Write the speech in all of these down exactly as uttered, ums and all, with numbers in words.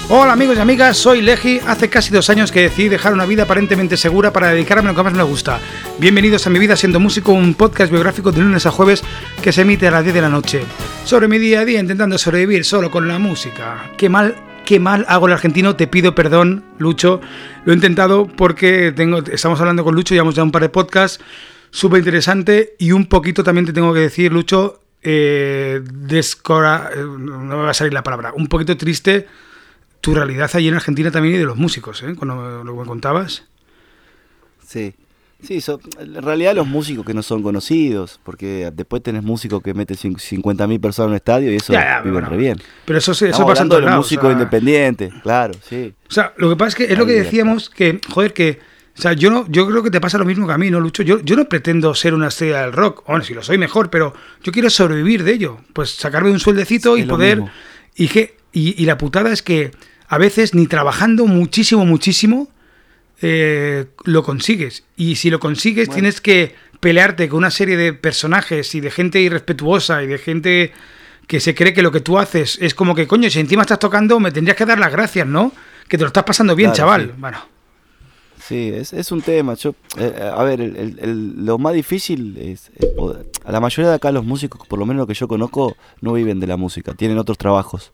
Hola amigos y amigas, soy Leji. Hace casi dos años que decidí dejar una vida aparentemente segura para dedicarme a lo que más me gusta. Bienvenidos a Mi Vida Siendo Músico, un podcast biográfico de lunes a jueves que se emite a las diez de la noche. Sobre mi día a día intentando sobrevivir solo con la música. Qué mal, qué mal hago el argentino, te pido perdón, Lucho. Lo he intentado porque tengo, estamos hablando con Lucho, llevamos ya un par de podcasts súper interesante y un poquito también te tengo que decir, Lucho, eh, descora... no me va a salir la palabra, un poquito triste tu realidad allí en Argentina también y de los músicos, ¿eh? Cuando lo que me contabas. Sí, sí, so, en realidad los músicos que no son conocidos, porque después tenés músicos que meten cincuenta mil personas en un estadio y eso ya, ya, viven bueno, re bien. Pero eso, eso Estamos pasa en hablando todos de los lados, músicos o sea, independientes, claro, sí. O sea, lo que pasa es que es lo que decíamos, que, joder, que, o sea, yo no, yo creo que te pasa lo mismo que a mí, ¿no, Lucho? Yo, yo no pretendo ser una estrella del rock, bueno, si lo soy mejor, pero yo quiero sobrevivir de ello, pues sacarme un sueldecito y poder, y que, y, y la putada es que a veces ni trabajando muchísimo, muchísimo, eh, lo consigues. Y si lo consigues, bueno, tienes que pelearte con una serie de personajes y de gente irrespetuosa y de gente que se cree que lo que tú haces es como que, coño, si encima estás tocando, me tendrías que dar las gracias, ¿no? Que te lo estás pasando bien, claro, chaval. Sí. Bueno. Sí, es, es un tema. Yo, eh, a ver, el, el, el, lo más difícil es, es poder. A la mayoría de acá los músicos, por lo menos lo que yo conozco, no viven de la música, tienen otros trabajos.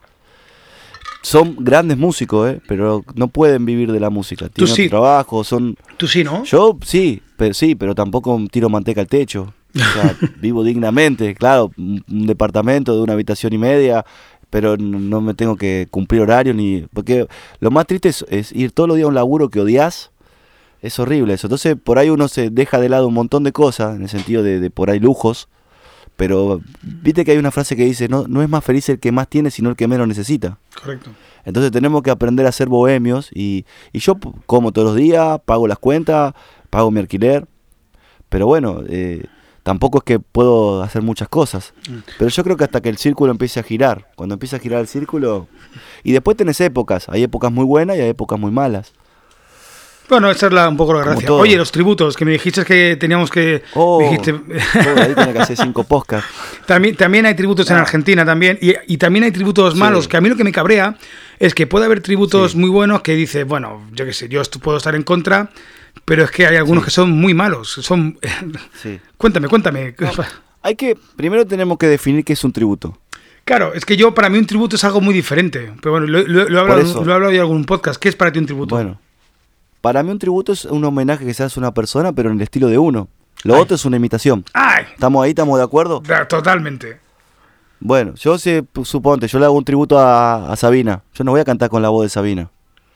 Son grandes músicos, ¿eh? Pero no pueden vivir de la música. Tienen sí. otro trabajo, son... Tú sí, ¿no? Yo sí, pero sí, pero tampoco tiro manteca al techo. O sea, vivo dignamente, claro, un, un departamento de una habitación y media, pero no, no me tengo que cumplir horario ni... Porque lo más triste es, es ir todos los días a un laburo que odias. Es horrible eso. Entonces por ahí uno se deja de lado un montón de cosas, en el sentido de, de por ahí lujos. Pero viste que hay una frase que dice, no, no es más feliz el que más tiene, sino el que menos necesita. Correcto. Entonces tenemos que aprender a ser bohemios y, y yo como todos los días, pago las cuentas, pago mi alquiler, pero bueno, eh, tampoco es que puedo hacer muchas cosas. Mm. Pero yo creo que hasta que el círculo empiece a girar, cuando empiece a girar el círculo, y después tenés épocas, hay épocas muy buenas y hay épocas muy malas. Bueno, esa es la, un poco la gracia. Oye, los tributos, que me dijiste que teníamos que... Oh, dijiste... oh ahí tenés que hacer cinco podcasts. También, también hay tributos ah. en Argentina también, y, y también hay tributos sí. malos, que a mí lo que me cabrea es que puede haber tributos sí. muy buenos que dice, bueno, yo qué sé, yo puedo estar en contra, pero es que hay algunos sí. que son muy malos. Son sí. Cuéntame, cuéntame. No, hay que, primero tenemos que definir qué es un tributo. Claro, es que yo, para mí un tributo es algo muy diferente, pero bueno, lo, lo, lo, he, hablado, lo he hablado en algún podcast. ¿Qué es para ti un tributo? Bueno. Para mí un tributo es un homenaje que se hace a una persona, pero en el estilo de uno. Lo Ay. otro es una imitación. Ay. ¿Estamos ahí? ¿Estamos de acuerdo? Totalmente. Bueno, yo sé, suponte, yo le hago un tributo a, a Sabina. Yo no voy a cantar con la voz de Sabina.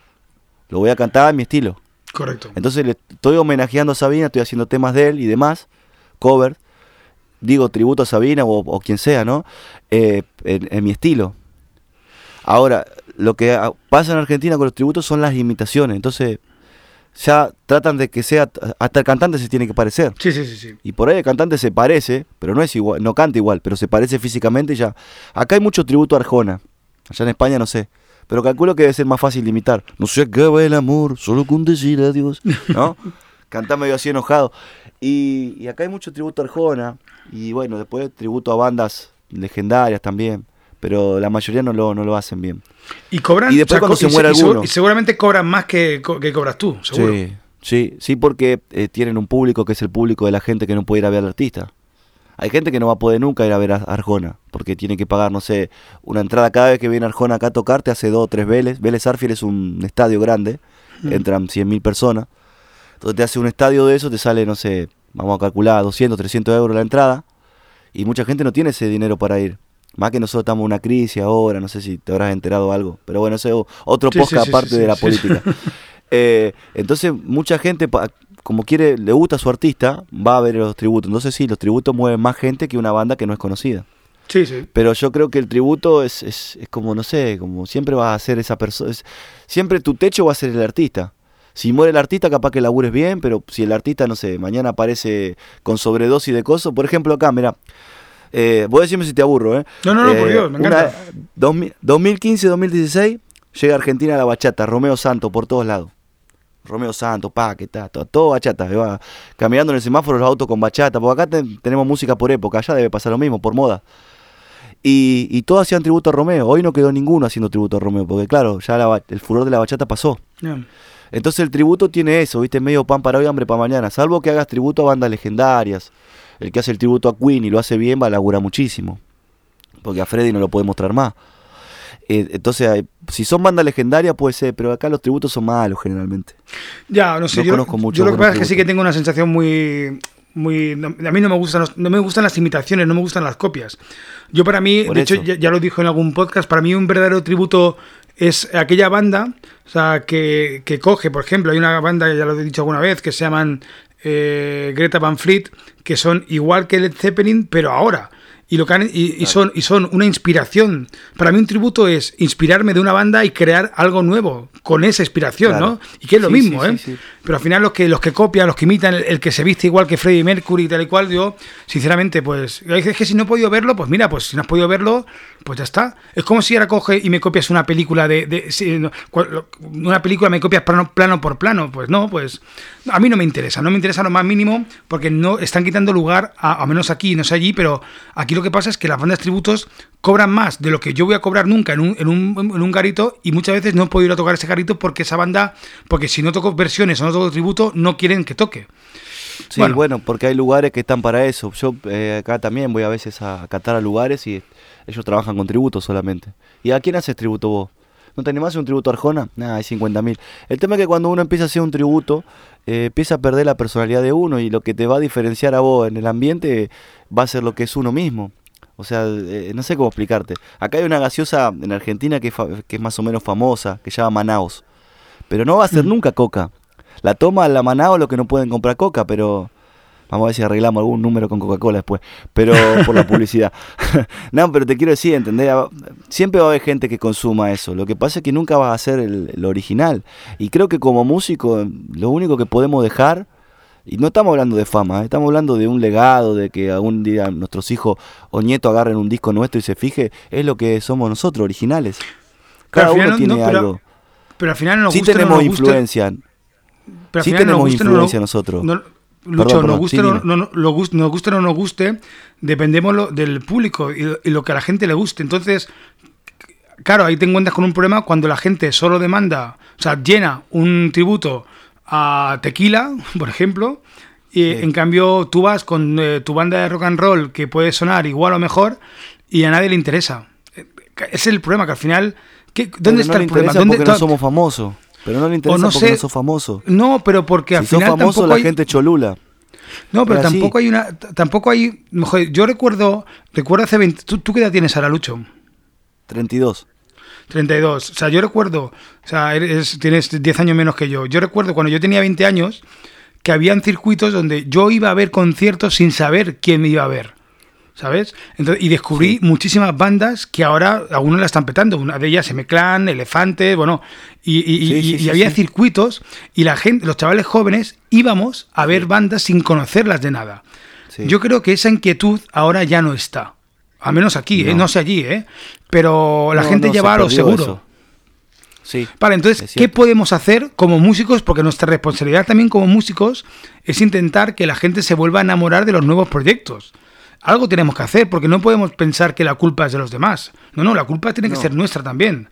Lo voy a cantar a mi estilo. Correcto. Entonces le estoy homenajeando a Sabina, estoy haciendo temas de él y demás, cover. Digo tributo a Sabina o, o quien sea, ¿no? Eh, en, en mi estilo. Ahora, lo que pasa en Argentina con los tributos son las imitaciones. Entonces... ya tratan de que sea, hasta el cantante se tiene que parecer. Sí, sí, sí, sí. Y por ahí el cantante se parece, pero no es igual, no canta igual, pero se parece físicamente ya. Acá hay mucho tributo a Arjona. Allá en España no sé. Pero calculo que debe ser más fácil de imitar. No se acaba el amor, solo con decir adiós. ¿No? Cantá medio así enojado. Y, y acá hay mucho tributo a Arjona. Y bueno, después tributo a bandas legendarias también. Pero la mayoría no lo, no lo hacen bien. Y cobran, y después o sea, cuando se, se muere y alguno. Y seguramente cobran más que, que cobras tú, seguro. Sí, sí, sí, porque eh, tienen un público que es el público de la gente que no puede ir a ver al artista. Hay gente que no va a poder nunca ir a ver a Arjona, porque tiene que pagar, no sé, una entrada cada vez que viene Arjona acá a tocar, te hace dos o tres Vélez. Vélez Sarsfield es un estadio grande, mm. entran cien mil personas. Entonces te hace un estadio de eso, te sale, no sé, vamos a calcular, doscientos, trescientos euros la entrada, y mucha gente no tiene ese dinero para ir. Más que nosotros estamos en una crisis ahora, no sé si te habrás enterado algo, pero bueno, eso es otro sí, podcast sí, aparte sí, de sí, la sí, política. Sí. Eh, entonces, mucha gente, como quiere, le gusta a su artista, va a ver los tributos. Entonces sí, los tributos mueven más gente que una banda que no es conocida. Sí, sí. Pero yo creo que el tributo es, es, es como, no sé, como siempre vas a ser esa persona, siempre tu techo va a ser el artista. Si muere el artista, capaz que labures bien, pero si el artista, no sé, mañana aparece con sobredosis de cosas, por ejemplo acá, mira, Eh, voy a decirme si te aburro, ¿eh? No, no, no, eh, por Dios, me encanta. dos mil quince dos mil dieciséis llega a Argentina la bachata, Romeo Santos por todos lados. Romeo Santos, pa, que está, todo, todo bachata. Va caminando en el semáforo los autos con bachata, porque acá te, tenemos música por época, allá debe pasar lo mismo, por moda. Y, y todos hacían tributo a Romeo. Hoy no quedó ninguno haciendo tributo a Romeo, porque claro, ya la, el furor de la bachata pasó. Yeah. Entonces el tributo tiene eso, ¿viste? Medio pan para hoy, hambre para mañana. Salvo que hagas tributo a bandas legendarias. El que hace el tributo a Queen y lo hace bien va a laburar muchísimo. Porque a Freddy no lo puede mostrar más. Eh, entonces, si son bandas legendarias puede ser, pero acá los tributos son malos generalmente. Ya, no sé, no yo, conozco mucho yo lo que pasa tributos. es que sí que tengo una sensación muy... muy no, a mí no me gustan los, no me gustan las imitaciones, no me gustan las copias. Yo para mí, Por de eso. hecho ya, ya lo dijo en algún podcast, para mí un verdadero tributo es aquella banda, o sea, que, que coge, por ejemplo, hay una banda, ya lo he dicho alguna vez, que se llaman eh, Greta Van Fleet, que son igual que Led Zeppelin, pero ahora. Y, lo que han, y, y, son, y son una inspiración. Para mí un tributo es inspirarme de una banda y crear algo nuevo con esa inspiración, claro. ¿no? Y que es lo sí, mismo, sí, ¿eh? Sí, sí. Pero al final los que los que copian, los que imitan, el, el que se viste igual que Freddie Mercury y tal y cual, yo, sinceramente, pues, es que si no he podido verlo, pues mira, pues si no has podido verlo, pues ya está. Es como si ahora coges y me copias una película de... de si, no, una película me copias plano, plano por plano, pues no, pues a mí no me interesa, no me interesa lo más mínimo porque no están quitando lugar, a, a menos aquí, no sé allí, pero aquí lo que pasa es que las bandas tributos cobran más de lo que yo voy a cobrar nunca en un, en un, en un garito y muchas veces no he podido ir a tocar ese garito porque esa banda, porque si no toco versiones o no toco tributo, no quieren que toque. Sí, bueno. bueno, porque hay lugares que están para eso. Yo eh, acá también voy a veces a catar a lugares y ellos trabajan con tributo solamente. ¿Y a quién haces tributo vos? ¿No te animás a hacer un tributo a Arjona? Nada, hay cincuenta mil. El tema es que cuando uno empieza a hacer un tributo, eh, empieza a perder la personalidad de uno y lo que te va a diferenciar a vos en el ambiente va a ser lo que es uno mismo. O sea, eh, no sé cómo explicarte. Acá hay una gaseosa en Argentina que, fa- que es más o menos famosa, que se llama Manaos. Pero no va a ser mm. nunca Coca. La toma la Manaos lo que no pueden comprar Coca, pero... Vamos a ver si arreglamos algún número con Coca-Cola después. Pero por la publicidad. No, pero te quiero decir, ¿entendés? Siempre va a haber gente que consuma eso. Lo que pasa es que nunca va a ser el, el original. Y creo que como músico, lo único que podemos dejar... Y no estamos hablando de fama, ¿eh? Estamos hablando de un legado, de que algún día nuestros hijos o nietos agarren un disco nuestro y se fije, es lo que somos nosotros, originales. Cada uno no, tiene no, pero, algo. Pero al final nos sí gusta, tenemos no nos influencia. Pero sí tenemos nos influencia no, nosotros. No, Lucho, perdón, perdón, nos guste sí, o no, no, lo guste, nos guste o no nos guste, dependemos lo, del público y, y lo que a la gente le guste. Entonces, claro, ahí te encuentras con un problema cuando la gente solo demanda, o sea, llena un tributo a Tequila, por ejemplo, y sí. En cambio tú vas con eh, tu banda de rock and roll que puede sonar igual o mejor y a nadie le interesa. Ese es el problema, que al final... ¿qué, ¿Dónde pero está no el problema? ¿Dónde porque no somos famosos? Pero no le interesa no porque sé, no sos famoso. No, pero porque al si final sos famoso tampoco la hay... gente cholula. No, pero Era tampoco así. hay una... Tampoco hay... Joder, yo recuerdo... Recuerdo hace veinte... ¿Tú, tú qué edad tienes ahora, Lucho? treinta y dos. treinta y dos. O sea, yo recuerdo... O sea, eres, tienes diez años menos que yo. Yo recuerdo cuando yo tenía veinte años que habían circuitos donde yo iba a ver conciertos sin saber quién me iba a ver. ¿Sabes? Entonces, y descubrí sí. muchísimas bandas que ahora algunos la están petando. Una de ellas, M-Clan, Elefantes, bueno... Y, y, sí, y, sí, y sí, había sí. circuitos y la gente, los chavales jóvenes íbamos a ver bandas sin conocerlas de nada. Sí. Yo creo que esa inquietud ahora ya no está. Al menos aquí, no, ¿eh? No sé allí, ¿eh? Pero la no, gente no, ya va a lo seguro. Eso. Sí, vale, entonces, ¿qué podemos hacer como músicos? Porque nuestra responsabilidad también como músicos es intentar que la gente se vuelva a enamorar de los nuevos proyectos. Algo tenemos que hacer, porque no podemos pensar que la culpa es de los demás. No, no, la culpa tiene que no. ser nuestra también.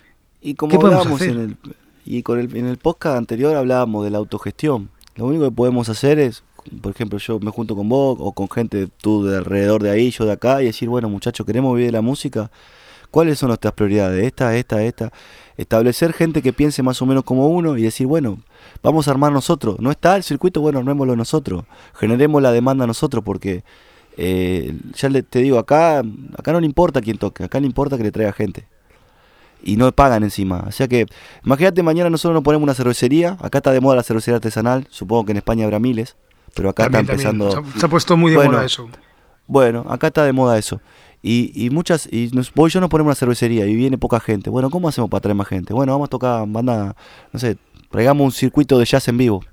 Y como hablábamos en el, y con el, en el podcast anterior hablábamos de la autogestión. Lo único que podemos hacer es, por ejemplo, yo me junto con vos o con gente tú de alrededor de ahí, yo de acá, y decir, bueno, muchachos, queremos vivir de la música. ¿Cuáles son nuestras prioridades? Esta, esta, esta. Establecer gente que piense más o menos como uno y decir, bueno, vamos a armar nosotros. No está el circuito, bueno, armémoslo nosotros. Generemos la demanda nosotros porque, eh, ya le, te digo, acá acá no le importa quién toque, acá le importa que le traiga gente. Y no pagan encima. O sea que, imagínate, mañana nosotros nos ponemos una cervecería. Acá está de moda la cervecería artesanal. Supongo que en España habrá miles, pero acá también, está empezando... Se, se ha puesto muy de bueno, moda eso. Bueno, acá está de moda eso. Y, y muchas, y nos, vos y yo nos ponemos una cervecería y viene poca gente. Bueno, ¿cómo hacemos para traer más gente? Bueno, vamos a tocar banda, no sé, traigamos un circuito de jazz en vivo.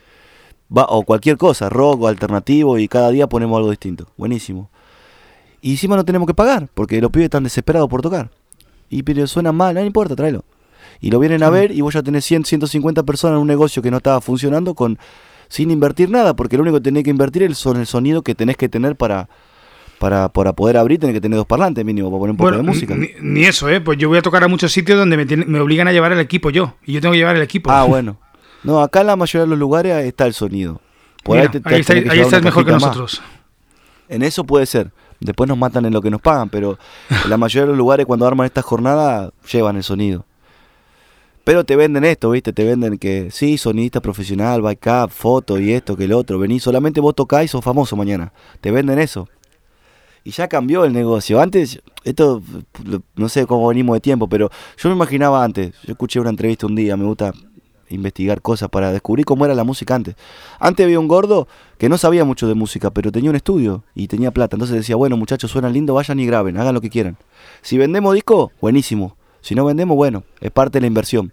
Va, o cualquier cosa, rock o alternativo, y cada día ponemos algo distinto. Buenísimo. Y encima no tenemos que pagar, porque los pibes están desesperados por tocar. Y pero suena mal, no importa, tráelo. Y lo vienen a ver y vos ya tenés cien, ciento cincuenta personas en un negocio que no estaba funcionando con sin invertir nada, porque lo único que tenés que invertir es el sonido que tenés que tener para... para, para poder abrir tenés que tener dos parlantes mínimo para poner un poco bueno, de música. Ni, ni eso, ¿eh? Pues yo voy a tocar a muchos sitios donde me, tiene, me obligan a llevar el equipo yo. Y yo tengo que llevar el equipo. Ah, bueno. No, acá en la mayoría de los lugares está el sonido. Por Mira, ahí, te, te ahí, está, ahí estás mejor que nosotros. Más. En eso puede ser. Después nos matan en lo que nos pagan, pero en la mayoría de los lugares cuando arman esta jornada llevan el sonido. Pero te venden esto, ¿viste? Te venden que sí, sonidista profesional, backup, foto y esto, que el otro. Venís, solamente vos tocás y sos famoso mañana. Te venden eso. Y ya cambió el negocio. Antes, esto, no sé cómo venimos de tiempo, pero yo me imaginaba antes. Yo escuché una entrevista un día, me gusta investigar cosas para descubrir cómo era la música antes. Antes había un gordo que no sabía mucho de música, pero tenía un estudio y tenía plata. Entonces decía, bueno, muchachos, suenan lindo, vayan y graben, hagan lo que quieran. Si vendemos disco, buenísimo. Si no vendemos, bueno, es parte de la inversión.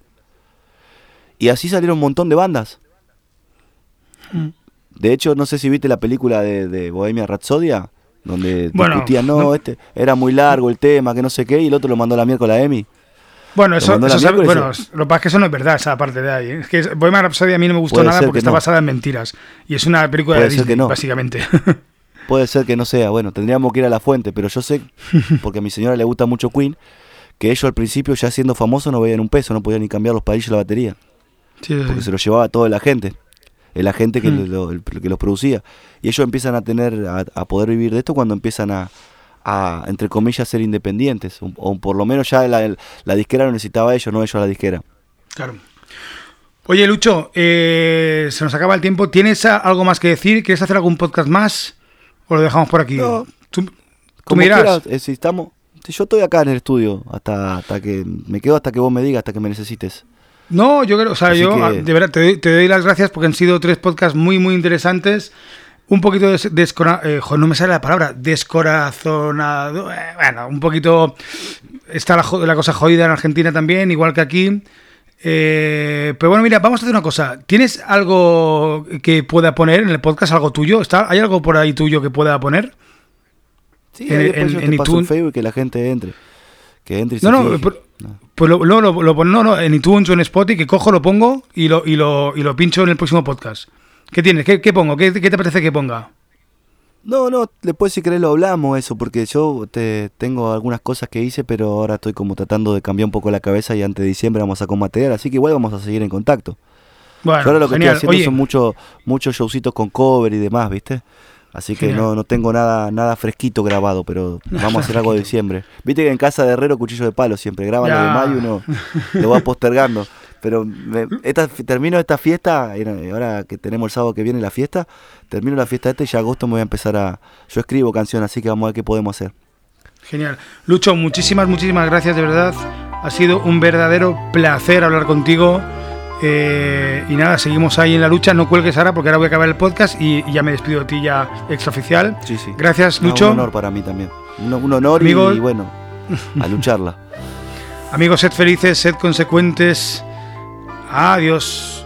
Y así salieron un montón de bandas. Mm. De hecho, no sé si viste la película de, de Bohemia Rhapsody, donde bueno, discutían, no, no, este era muy largo el tema, que no sé qué, y el otro lo mandó a la miércoles a Emi. Bueno, eso, eso sabe, bueno, lo que pasa es que eso no es verdad, esa parte de ahí. Es que Bohemian Rhapsody a mí no me gustó nada porque está no. basada en mentiras. Y es una película Puede de Disney, no. básicamente. Puede ser que no sea, bueno, tendríamos que ir a la fuente, pero yo sé, porque a mi señora le gusta mucho Queen, que ellos al principio, ya siendo famosos, no veían un peso, no podían ni cambiar los palillos de la batería. Sí, sí, porque sí. se los llevaba toda la gente, el agente que, mm. lo, el, que los producía. Y ellos empiezan a tener, a, a poder vivir de esto cuando empiezan a... a, entre comillas, ser independientes, o, o por lo menos ya la, la disquera lo necesitaba a ellos, no ellos a la disquera. Claro. Oye, Lucho, eh, se nos acaba el tiempo. ¿Tienes algo más que decir? ¿Quieres hacer algún podcast más? ¿O lo dejamos por aquí? No, ¿Tú, tú como me dirás? Quieras, eh, si estamos, si yo estoy acá en el estudio, hasta, hasta que me quedo hasta que vos me digas, hasta que me necesites. No, yo creo, o sea, Así yo que... de verdad te doy, te doy las gracias porque han sido tres podcasts muy, muy interesantes. Un poquito de descora, eh, joder, no me sale la palabra, descorazonado, eh, bueno, un poquito, está la, la cosa jodida en Argentina también, igual que aquí, eh, pero bueno, mira, vamos a hacer una cosa, ¿tienes algo que pueda poner en el podcast, algo tuyo? ¿Está, ¿Hay algo por ahí tuyo que pueda poner? Sí, en, después en, yo te en paso iTunes. En Facebook y que la gente entre, que entre y se No, no, pero, no. Pues lo, lo, lo, lo no, no, en iTunes o en Spotify, que cojo, lo pongo y lo, y lo, y lo pincho en el próximo podcast. ¿Qué tienes? ¿Qué, qué pongo? ¿Qué, ¿Qué te parece que ponga? No, no, después si querés lo hablamos eso, porque yo te tengo algunas cosas que hice, pero ahora estoy como tratando de cambiar un poco la cabeza y antes de diciembre vamos a sacar material, así que igual vamos a seguir en contacto. Bueno, yo ahora lo que genial. estoy haciendo Oye. son muchos muchos showcitos con cover y demás, ¿viste? Así que no, no tengo nada nada fresquito grabado, pero vamos a hacer algo de diciembre. Viste que en casa de Herrero cuchillo de palo siempre, graban lo de mayo y uno lo va postergando. Pero me, esta, termino esta fiesta, ahora que tenemos el sábado que viene la fiesta, termino la fiesta esta y ya agosto me voy a empezar a... Yo escribo canciones, así que vamos a ver qué podemos hacer. Genial. Lucho, muchísimas, muchísimas gracias, de verdad. Ha sido un verdadero placer hablar contigo. Eh, y nada, seguimos ahí en la lucha. No cuelgues ahora porque ahora voy a acabar el podcast y, y ya me despido de ti ya extraoficial. Sí, sí. Gracias, Lucho. No, un honor para mí también. Un, un honor Amigos, y, y bueno, a lucharla. Amigos, sed felices, sed consecuentes. Adiós.